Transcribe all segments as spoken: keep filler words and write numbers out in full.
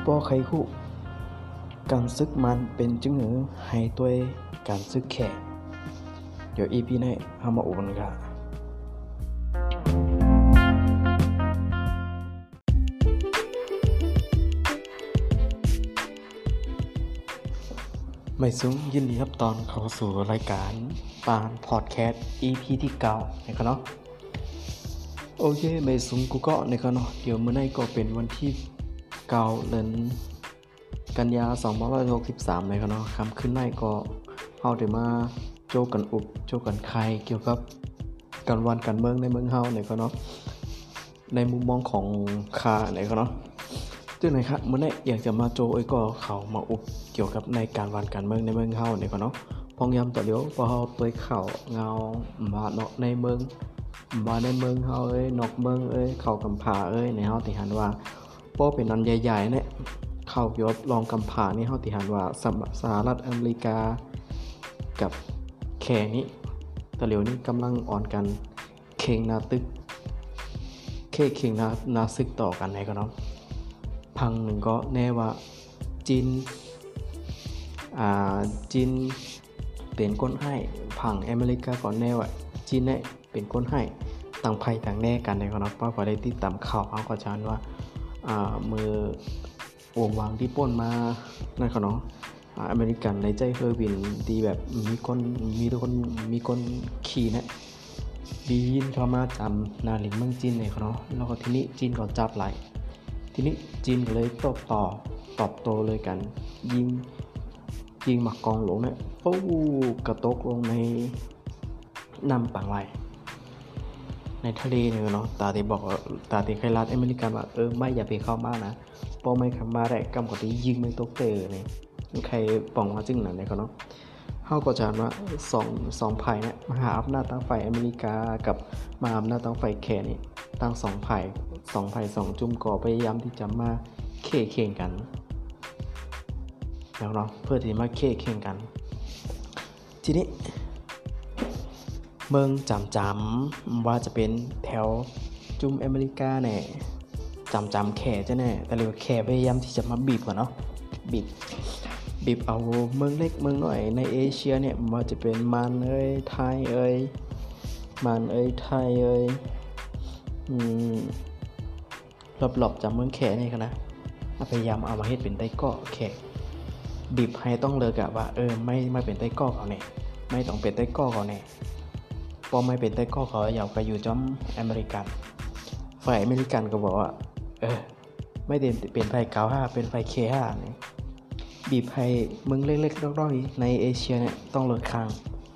ป้อใครคู่การซึกมันเป็นจึงหือให้ตัวการซึกแข่เดี๋ยว อี พี นี้เฮามาอุกันค่ะไม่สูงยินดีครับตอนเข้าสู่รายการปานพอดแคสต์ อี พี ที่เก้านะครับเนาะโอเคไม่สูงกูก็นะครับเนาะเดี๋ยวมื้อนี้ก็เป็นวันที่เก้าเดือนกันยายนสองพันห้าร้อยหกสิบสามนะครับเนาะค่ำคืนนี้ก็เฮาได้มาโจกันอุบโจกันไขเกี่ยวกับการวันการเมืองในเมืองเฮานะครับเนาะในมุมมองของข้านะครับเนาะซึ่งไหนครับมื้อนี้อยากจะมาโจไอ้ก็เขามาอุบเกี่ยวกับในการวันการเมืองในเมืองเฮาเนี่ยก็เนาะพองยามต่อเดียวพอเฮาเปิดข่าวเงามาเนาะในเมืองมาในเมืองเฮาเอ้ยนอกเมืองเอ้ยเข้ากำผาเอ้ยในเฮาที่หันว่าบ่เป็นอันใหญ่ๆเนี่ยเข้ายบรองกำผานี่เฮาที่หันว่าสหรัฐอเมริกากับแคนี้ตะเหลียวนี้กำลังอ่อนกันเข่งนาตึกเคเข่งนานาซึกต่อกันไหนก็เนาะพังหนึ่งก็แน่ว่าจีนอ่าจีนเป็นคนให้พังอเมริกาก่อนแน่ว่าจีนเนี่ยเป็นคนให้ต่างภัยต่างแน่กันในคณะป้าพอได้ติดตามข่าวเอาก็ชานว่าอ่ามือวงวางที่ป้นมานั่นเขาเนาะอเมริกันในใจเฮอร์บินดีแบบมีคนมีทุกคนมีคนขี่นะดียินเข้ามาจำนาลิงเมืองจีนในเขาเนาะแล้วก็ทีนี้จีนก็จับไหลทีนี้จีนก็เลยตอบต่อตอบโต้เลยกันยิงยิงหมักกองหลวงเนี่ยปู้กระตกลงในน้ำปังไหลในทะเลเนี่ยเนาะตาที่บอกตาที่ใครรัดอเมริกันว่าเออไม่อย่าไปเข้ามานะพอไม่เข้ามาได้กำกับที่ยิงไม่ตกเตอเนี่ยใครป้องว่าจึงนั้นเนี่ยเขาเนาะเฮาก็จานว่าสองสองฝ่ายเนี่ยมหาอำนาจทางฝ่ายอเมริกากับมหาอำนาจทางฝ่ายแคนี่ตั้งสองฝ่ายสองฝ่ายสองจุ่มก่อพยายามที่จะมาเค่เข่งกันแล้วเนาะเพื่อที่มาเค่เข่งกันทีนี้เมืองจำจำว่าจะเป็นแถวจุ่มอเมริกาเนี่ยจำจำแค่จะแน่แต่เรียกว่าแค่พยายามที่จะมาบีบก่อนเนาะบีบบีบเอาเมืองเล็กเมืองน้อยในเอเชียเนี่ยว่าจะเป็นมันเอ้ยไทยเอ้ยมันเอ้ยไทยเอ้ยอืมหลบๆจากเมืองแค่นี่กันนะพยายามเอามาเฮ็ดเป็นไต้ก้อแค่บีบให้ต้องเลิกอะว่าเออไม่ไม่เป็นไต้ก้อเขาเนี่ยไม่ต้องเป็นไต้ก้อเขาเนี่ยพอไม่เป็นไต้ก้อเขาอยากไปอยู่จอมอเมริกันฝ่ายอเมริกันก็บอกว่าเออไม่เป็นเป็นไฟเก้าห้าเป็นไฟเคห้าเนี่ยบีบให้เมืองเล็กๆน้อยๆในเอเชียเนี่ยต้องเลิกค้าง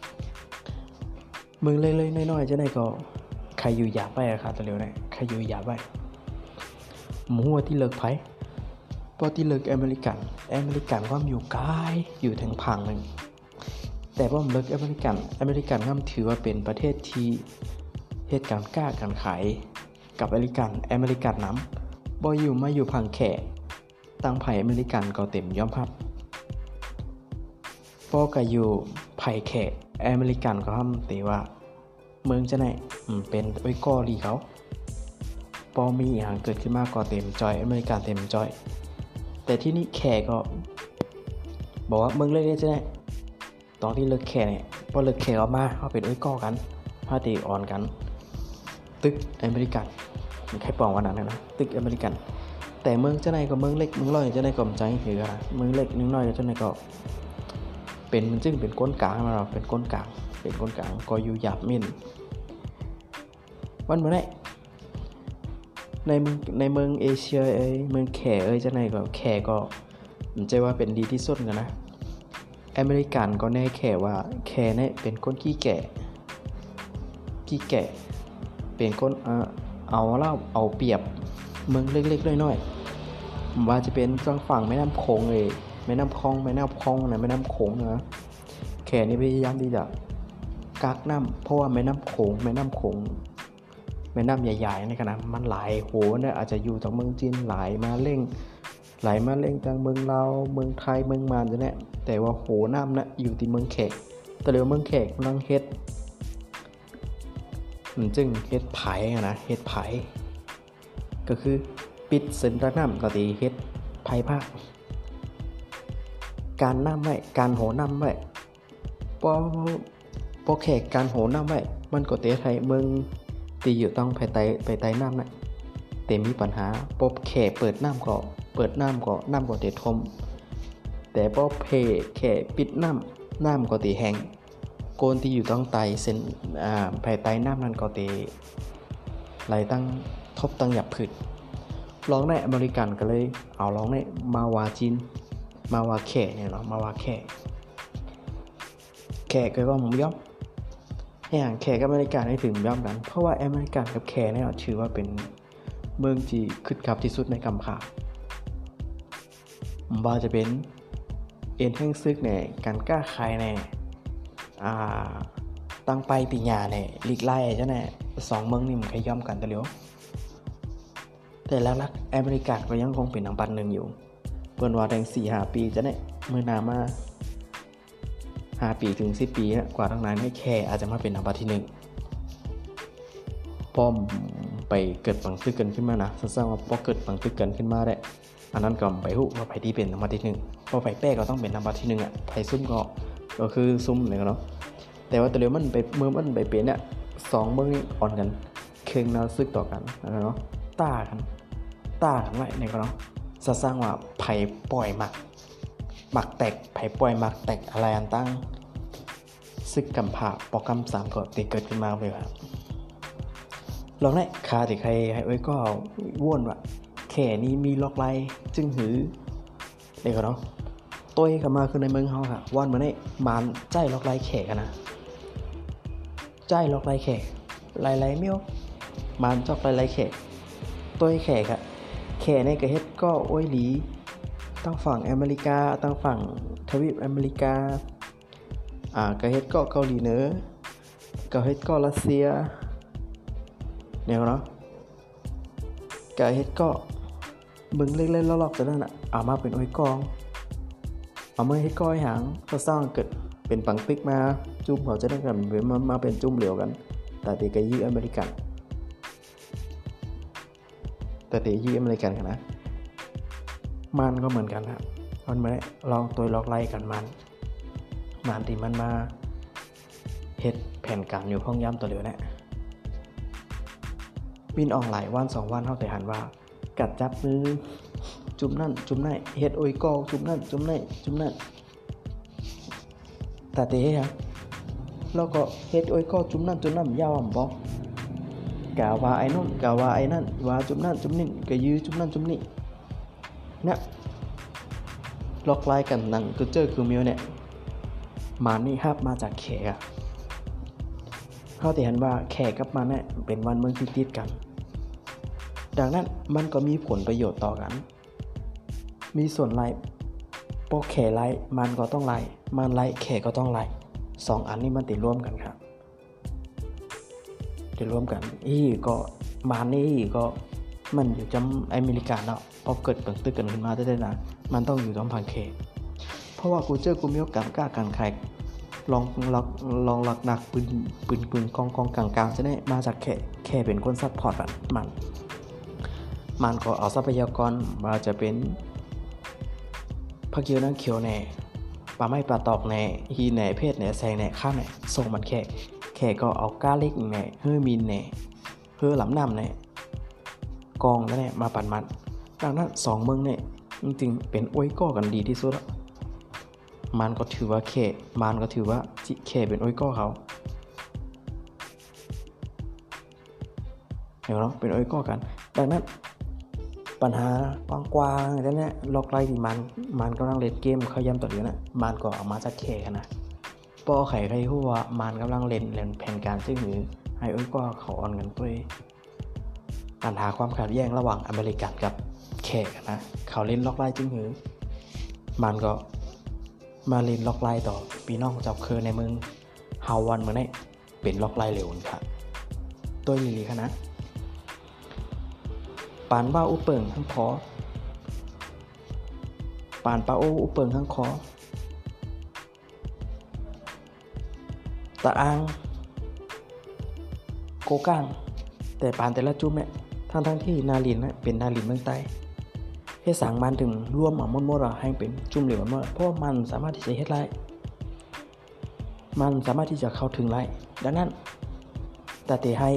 เมืองเล็กๆน้อยๆจะได้ก็ใครอยู่หยาบไปอะครับตะเร็วเนี่ยใครอยู่หยาบไปหมูที่เลิกไผพอที่เลิกอเมริกันอเมริกันความอยู่ไกลอยู่ทางพังนึงแต่พอผมเลิกอเมริกันอเมริกันก็ถือว่าเป็นประเทศที่เหตุการณ์กล้าการขายกับอเมริกันอเมริกันน้ำบ่อยู่มาอยู่พังแขกตั้งไผ่อเมริกันก็เต็มยอมรับพอก็อยู่ไผ่แขกอเมริกันก็ทำตีว่าเมืองจะไหนเป็นไว้ก่อรีเขาพอมีอย่างเกิดขึ้นมาก็เต็มจอยอเมริกันเต็มจอยแต่ที่นี่แขกก็บอกว่าเมืองเล็กๆจะไหนตอนที่เลิกแขกเนี่ยพอเลิกแขกออกมาเขาเป็นไว้ก่อกันพาตีอ่อนกันตึกอเมริกันมีใครปองวันนั้นนะตึกอเมริกันแต่เมืองเจ้าไหนก็เมืองเล็กเมืองน้อยเจ้าไหนก็ใจถือกันเมืองเล็กเมืองน้อยเจ้าไหนก็เป็นจึงเป็นก้นกลางนะเราเป็นก้นกลางเป็นก้นกลางก็อยู่หยาบมิ่นวันเมื่อไหร่ในเมืองในเมืองเอเชียเอ้ยเมืองแขเอ้ยเจ้าไหนก็แขก็มันใจว่าเป็นดีที่สุดกันนะอเมริกันก็แน่แขว่าแขเนี่ยเป็นคนขี้แก่ขี้แก่เป็นคนเอ่อเอาเล่าเอาเปรียบเมืองเล็กๆน้อยๆว่าจะเป็นฝั่งฝั่งแม่น้ำโขงเลยแม่น้ำคลองแม่น้ำคลองนะแม่น้ำโขงนะแค่นี้พยายามที่จะกักน้ำเพราะว่าแม่น้ำโขงแม่น้ำโขงแม่น้ำใหญ่ๆในขณะมันไหลโหเนี่ยอาจจะอยู่จากเมืองจีนไหลมาเร่งไหลมาเร่งจากเมืองลาวเมืองไทยเมืองมานจะเนี่ยแต่ว่าโหน้ำนะอยู่ที่เมืองแขกแต่เดี๋ยวเมืองแขกกำลังเฮ็ดมันจึงเฮ็ดไผ่นะเฮ็ดไผ่ก็คือปิดเส้นทางน้ำก็ตีเฮ็ดภัยภาคการนำไว้การโหนำไว้บ่บ่แค่การโหนำไว้มันก็เตะไทยเมืองที่อยู่ต้องไปไต่ไปไต่น้ำน่ะแต่มีปัญหาบ่แค่เปิดน้ำก็เปิดน้ำก็น้ำก็เตะทมแต่บ่เพแค่ปิดน้ำน้ำก็เตะแห้งโกนที่อยู่ต้องไต่เส้นอ่าไปไต่น้ำนั้นก็เตะไหลตั้งทบตั้งหยับพืชลองในอเมริกันก็เลยเอาลองในมาวาจีนมาวาแค่เนี่ยเนาะมาวาแค่แค่ก็ว่าผมย่อมอย่างแค่กับอเมริกันให้ถึงย่อมกันเพราะว่าอเมริกันกับแค่เนี่ยถือว่าเป็นเมืองที่คึกคักที่สุดในกัมพูชาบ่ว่าจะเป็นเอ็นแห่งซึกเนี่ยการกล้าขายเนี่ยอ่าตั้งไปปีหญ้าเนี่ยลีกไล่จ้ะเนี่ยสองเมืองนี่มันค่อยย่อมกันแต่เร็วแต่หลักๆอเมริกันก็ยังคงเป็นอันดับหนึ่งอยู่เปิ้นว่าแดง สี่ถึงห้า ปีจ้ะเนี่ยมื้อหน้ามาห้าปีถึงสิบปีนะกว่าทั้งนั้นให้แค่อาจจะมาเป็นอันดับที่หนึ่งป้อมไปเกิดปังตึกกันขึ้นมานะสร้างว่าพอเกิดปังตึกกันขึ้นมาได้อันนั้นก็ไปฮู้ว่าไผที่เป็นอันดับที่หนึ่งพอไผแป้ก็ต้องเป็นอันดับที่หนึ่งอ่ะไผซุ่มก็ก็คือซุ่มเลยเนาะแต่ว่าแต่เร็วมันไปเมื่อมันไปเป็นเนี่ยสองเมืองนี้อ่อนกันเคืองแนวซึกต่อกันนะเนาะต้ากันต้ากันไว้เนี่ยก็เนาะสร้างว่าไผปล่อยหมักหมักแตกไผปล่อยหมักแตกอะไรอันตั้งซึกกัมพาปอกำสามก็ติเกิดขึ้นมาเลยครับลองได้คาที่ใครให้เอ้ยก็ว่นว่าแค่นี้มีล็อกไลจึงหือเด็กเนาะตัวเองก็มาคือในเมืองเฮาค่ะว่านมาได้มานใจล็อกไลแขกนะใจล็อกไลแขกไลๆเมียวมานจอกไลๆแขกตัวแขกอะแขกในก็เฮ็ดก็โอ้ยหลีตั้งฝั่งอเมริกาตั้งฝั่งทวีปอเมริกาอ่าก็เฮ็ดก็เกาหลีเหนือก็เฮ็ดก็รัสเซียแนวเนาะก็เฮ็ดก็เบิ่งเล็กๆลอกๆแต่นั้นน่ะเอามาเป็นอ้อยกองเอามาเฮ็ดก้อยหางก็สร้างเกิดเป็นปังติ๊กมาจุ่มเขาจะได้กันมามาเป็นจุ่มเหลวกันแต่ตีก็ยี่อเมริกันแต่ตียี่อเมริกันกันนะมันก็เหมือนกันครับมันไม่ได้ลองตัวล็อกไล่กันมันมันที่มันมาเฮ็ดแผนการอยู่ห้องย่ำตัวเดียวเนี่ยบินออนไลน์วันสองวันเท่าแต่หันว่ากัดจับมือจุ่มนั่นจุ่มนั่นเฮ็ดโอยกอจุ่มนั่นจุ่มนั่นจุ่มนั่นแต่เตะฮะแล้วก็เฮ็ดโอยกอจุ่มนั่นจุ่มนั่นยาวอ่ะบ่กะว่าไอ้นู่นกะว่าไอ้นั่นว่าจุ่มนั่นจุ่มนี่ก็ยื้อจุ่มนั่นจุ่มนี่เนี่ยล็อกไล่กันนั่นก็เจอคือมิวเนี่ยมานี่ครับมาจากแขกอะเขาแต่เห็นว่าแขกกับมันเนี่ยเป็นวันเมืองที่ติดกันดังนั้นมันก็มีผลประโยชน์ต่อกันมีส่วนไล่พอแขกไล่มันก็ต้องไล่มันไล่แขกก็ต้องไล่สองอันนี้มันติดร่วมกันครับติดร่วมกันอีก็มานี่ก็มันอยู่จำอเมริกาเนาะพอเกิดเปิดตึกกันขึ้นมาได้ๆนะมันต้องอยู่ตรงพังแขกเพราะว่ากูเจอกูมีโอกาสกล้ากันใครลองลองลองหลักหนักปืนปืนปืนกองกองกลางกลางจะได้มาจากแค่แค่เป็นคนซัพพอร์ตมันมันมันก็เอาทรัพยากรมาจะเป็นผักเขียวน้ำเขียวแหน่ปลาไม้ปลาตอกแหน่ฮีแหน่เพศแหน่แซงแหน่ข้ามแหน่ส่งมันแค่แค่ก็เอาก้าเล็กแหน่เฮือมินแหน่เฮือหลำน้ำแหน่กองแล้วเนี่ยมาปั่นมันดังนั้นสองเมืองเนี่ยจริงๆเป็นอ้วยก้อกันดีที่สุดแล้วมันก็ถือว่าแค่มันก็ถือว่าจิแค่เป็นอ้อยก้อเขาเห็นเนาะเป็นอ้อยก้อกันดังนั้นปัญหากว้างๆแล้วเนี่ยล็อกไล่ที่มันมันกำลังเล่นเกมเขาย้ำต่อเดียวนะมันก็ออกมาจากแค่กันนะป้อไข่ใครฮู้ว่ามันกำลังเล่นเล่นแผนการซึ่งหรือให้อ้อยก้อเขาอ่อนกันด้วยปัญหาความขัดแย้งระหว่างอเมริกันกับแขกนะเขาเล่นล็อกไล่จึงหือมันก็มาเล่นล็อกไล่ต่อปีน้องจับเคอในเมืองฮาววันเมื่อนี้เป็นล็อกไล่เร็วครับตัวลีลีคณะปานบ้าอุเปิงทั้งคอปานปาโออุเปิงทั้งคอตะอางโกก้างแต่ปานแต่ละจุ่มเนี่ยทั้งทั้งที่นาลินนะเป็นนาลินเมืองใต้เฮ็ดสร้างมันถึงรวมเอาหมดๆอ่ะให้เป็นจุ่มเหลวหมดเพราะมันสามารถที่จะเฮ็ดได้มันสามารถที่จะเข้าถึงได้ดังนั้นแต่เตให้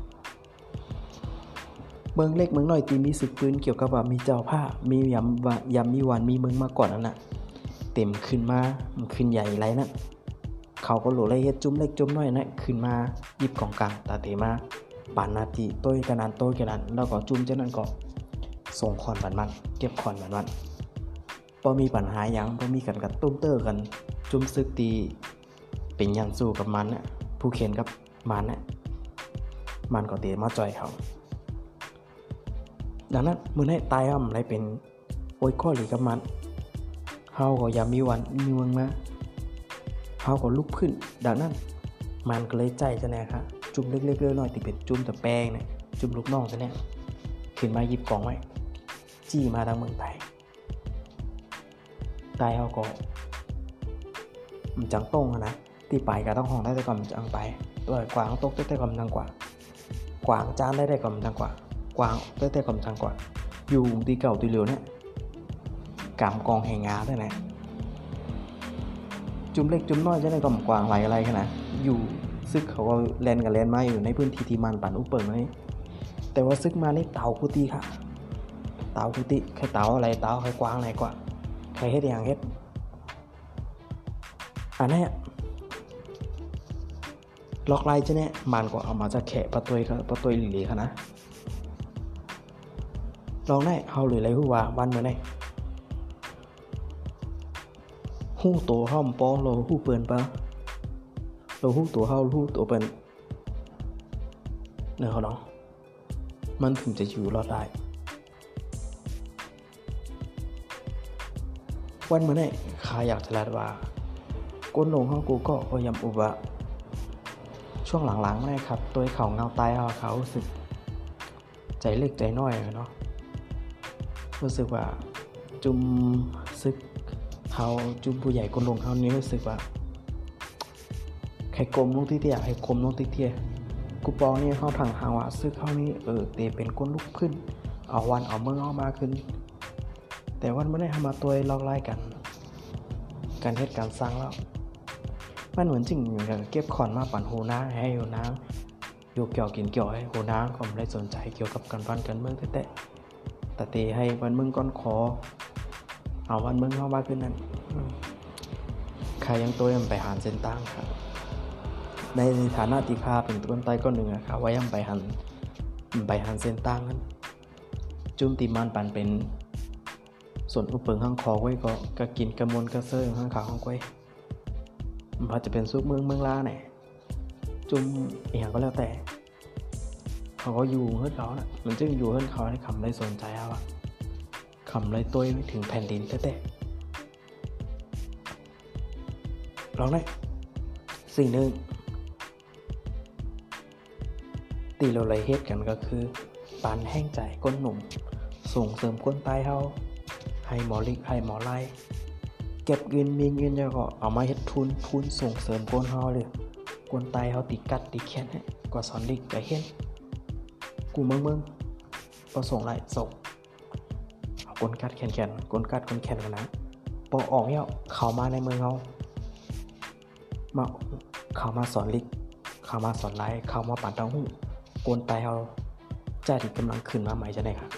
เมืองเล็กเมืองน้อยที่มีศึกปืนเกี่ยวกับว่ามีเจ้าผ้ามียำว่ายำมีวันมีเมืองมาก่อนนั่นน่ะเต็มขึ้นมามันขึ้นใหญ่ไรนั่นเขาก็โหลเลยเฮ็ดจุ่มเล็กจุ่มน้อยนั่นขึ้นมาหยิบของกลางตาเตมาปานนาทีต้อยกันนั้นต้อยกันนั้นแล้วก็จุ่มจากนั้นก็ส่งคอนบันมันเก็บคอนบันมันบ่มีปัญหาหยังบ่มีกันกับตุ้มเตอร์กันจุ่มซึกตีเป็นยันสู้กับมันน่ะผู้เขียนกับมันน่ะมันก็เตมาจ่อยเขาดังนั้นมื้อนี้ตายอ้ำได้เป็นโอ้ยข้อหลีกับมันเฮาก็อย่ามีวันมีเมืองมาเฮาก็ลุกขึ้นดังนั้นมันก็เลยใจซะแน่ครับจุ่มเล็กๆน้อยๆที่เป็นจุ่มตะแป้งเนี่ยจุ่มลูกน้องซะแน่ขึ้นมาหยิบกล่องไว้จี้มาทางเมืองไทยตายเฮาก็มันจังต้งนะที่ไปก็ต้องห้องได้แต่ก่อนมันจังไปตัวกวางตกได้แต่ก่อนจังกว่ากวางจานได้แต่ก่อนจังกว่ากวางได้แต่ก่อนจังกว่าอยู่ตีเก่าตีเหลียวเนี่ยกำกองแห่งงาได้นะจุ่มเล็กจุ่มน้อยจะได้กำกวางไหลอะไรขนาดอยู่ซึกเขาก็แลนกับแลนมาอยู่ในพื้นที่ที่มันปั่นอุปเปิงนี่แต่ว่าซึกมานี่เต่ากุฏิค่ะเต่ากุฏิใครเต่าอะไรเต่าใครกวางไหนกว่าใครเฮ็ดอย่างเฮ็ดอันนี้ล็อกไลน์จะเนี่ยมันก็เอามาจากแขะประตูครับประตูหลีๆค่ะนะลองได้เฮาเลยเลยฮู้ว่าวันมื้อนี้ฮู้ตัวเฮาปอโลฮู้เปิ้นปะโลฮู้ตัวเฮาฮู้ตัวเปิ้นเนาะเนาะมันถึงจะอยู่รอดได้วันมื้อนี้ข้าอยากจะแลดว่าก้นลงเฮากูก็พยายามอุบะช่วงหลังๆนี่ครับตัวเขาเงาตายเฮาเขารู้สึกใจเล็กใจน้อยเนาะรู้สึกว่าจุ่มซึกเขาจุ่มผู้ใหญ่ก้นลงเขานี้รู้สึกว่าใครกลมลงที่เตี้ยใครกลมลงที่เตี้ยกูปองนี่เขาทางหาว่าซึกเขานี้เออเตเป็นก้นลุกขึ้นเอาวันเอาเมืองเอามาขึ้นแต่วันไม่ได้ทำมาตัวลอกไล่กันการเฮ็ดการสร้างแล้วมันเหมือนจริงอย่างกับเก็บขอนมาปั่นโหน้าให้โหน้าโยกเกี่ยวกินเกี่ยวให้โหน้าก็ไม่ได้สนใจเกี่ยวกับการบ้านการเมืองแต่แต่เตให้วันเมืองก้อนขอเอาวันเมืองเข้ามาขึ้นนั้นใครยังตัวยังไปหันเส้นตั้งครับในฐานะที่ข้าเป็นต้นไต้ก้อนหนึ่งอะครับว่ายังไปหันไปหันเส้นตั้งนั้นจุ่มตีมันปั่นเป็นส่วนอุปเปิงข้างคอไว้ก็ก็กินกระมวลกระเซอร์ข้างขาข้างไว้มันพอจะเป็นซุปเมืองเมืองล้าเนี่ยจุ่มอย่างก็แล้วแต่เขาก็อยู่เฮือนเขาน่ะมันจึงอยู่เฮือนเขาให้คำได้สนใจเอาอะคำได้ตัวไม่ถึงแผ่นดินแต่แต่ลองได้สิ่งหนึ่งตีเราเลยเฮ็ดกันก็คือปานแห้งใจก้นหนุ่มส่งเสริมก้นตายเฮาให้หมอลิกให้หมอไล่เก็บเงินมีเงินแล้วก็เอามาเฮ็ดทุนทุนส่งเสริมก้นเฮาเลยก้นตายเฮาติกัดติแค้นให้ก็สอนลิกก็เฮ็ดกูเมืองเมืองบ่ส่งไล่ส่งเอาก้นกัดแค้นๆก้นกัดก้นแค้นกันนะบ่ออกแล้วเข้ามาในเมืองเฮามาเข้ามาสอนลิกเข้ามาสอนไล่เข้ามาปั่นเต้าหู้ก้นตายเฮาจ้าที่กำลังขึ้นมาใหม่จะได้ครับ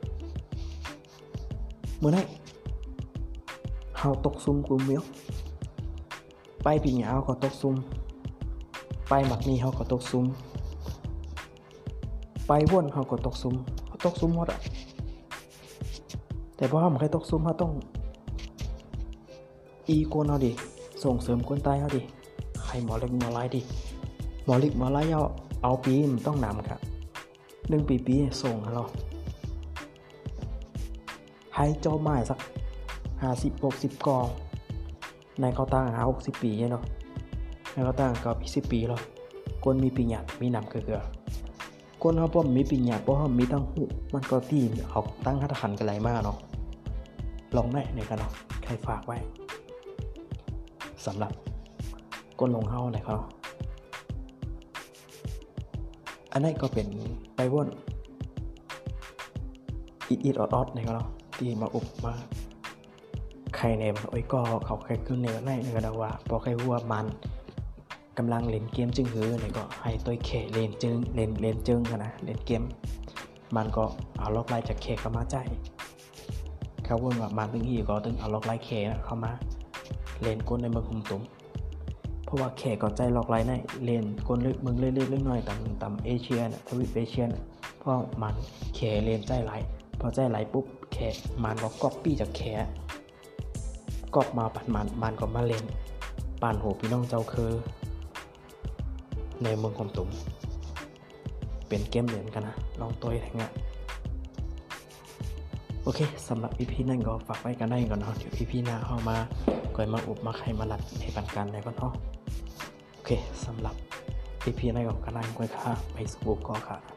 มื้อนี้เฮาตกซุ่มกูเมียวไปปีหญ้าเฮาก็ตกซุ่มไปหมักนี้เฮาก็ตกซุ่มไปว่นเฮาก็ตกซุ่มตกซุ่มหมดอ่ะแต่บ่เฮาบ่เคยตกซุ่มเฮาต้องอีโกนเฮาดิส่งเสริมคนตายเฮาดิให้หมอเล็กหมอหลายดิหมอเล็กหมอหลายเอาเอาปีมันต้องนำครับหนึ่งปีปีส่งให้เราให้เจ้าไม้สักห้าสิบ หกสิบกองในเขาตั้งหาหกสิบปีเนาะในเขาตั้งก็สิบปีแล้วคนมีปีหยาดมีนำเกลือคนเฮาบ่มีปีหยาดบ่เฮามีตั้งหูมันก็ตีเอาตั้งหัตถขันกันหลายมากเนาะลองได้ในกันเนาะใครฝากไว้สำหรับคนลงเฮาไหนเขาอันนี้ก็เป็นไปว่นอิดอิดออดออดไหนเขาเนาะที่มาอุบมาใครในมันโอ้ยก็เขาใครขึ้นในในเนื้อดาว่าพอใครหัวมันกำลังเล่นเกมจึงหือเนี่ยก็ให้ตัวเคเล่นจึงเล่นเล่นจึงกันนะเล่นเกมมันก็เอาล็อกไลน์จากเคเข้ามาใจเขาวนว่ามันตึงอีก็ตึงเอาล็อกไลน์เคเข้ามาเล่นก้นในเมืองคุมตุ่มเพราะว่าแขกก็ใจล็อกไลน์ในเล่นก้นเล็กเมืองเล็กๆเล็กน้อยต่ำต่ำเอเชียนะทวีปเอเชียนะเพราะมันแขเล่นใจไหลพอใจไหลปุ๊บแขมันก็ก๊อปปี้จากแขก๊อปมาปันมันมันก็มาเล่นป่านโหพี่น้องเจ้าคือในเมืองคุมตุ่มเป็นเกมเหมือนกันนะลองตัวอย่างเงี้ยโอเคสำหรับ อี พี นั่นก็ฝากไว้กันได้ก่อนเนาะเดี๋ยว อี พี หน้าเข้ามาก่อยมาอุบมาใครมาลัดในปันกันในก่อนเนาะโอเคสำหรับ อี พี นั่นก็กำลังก่อยค่ะไปสู่ก็ค่ะ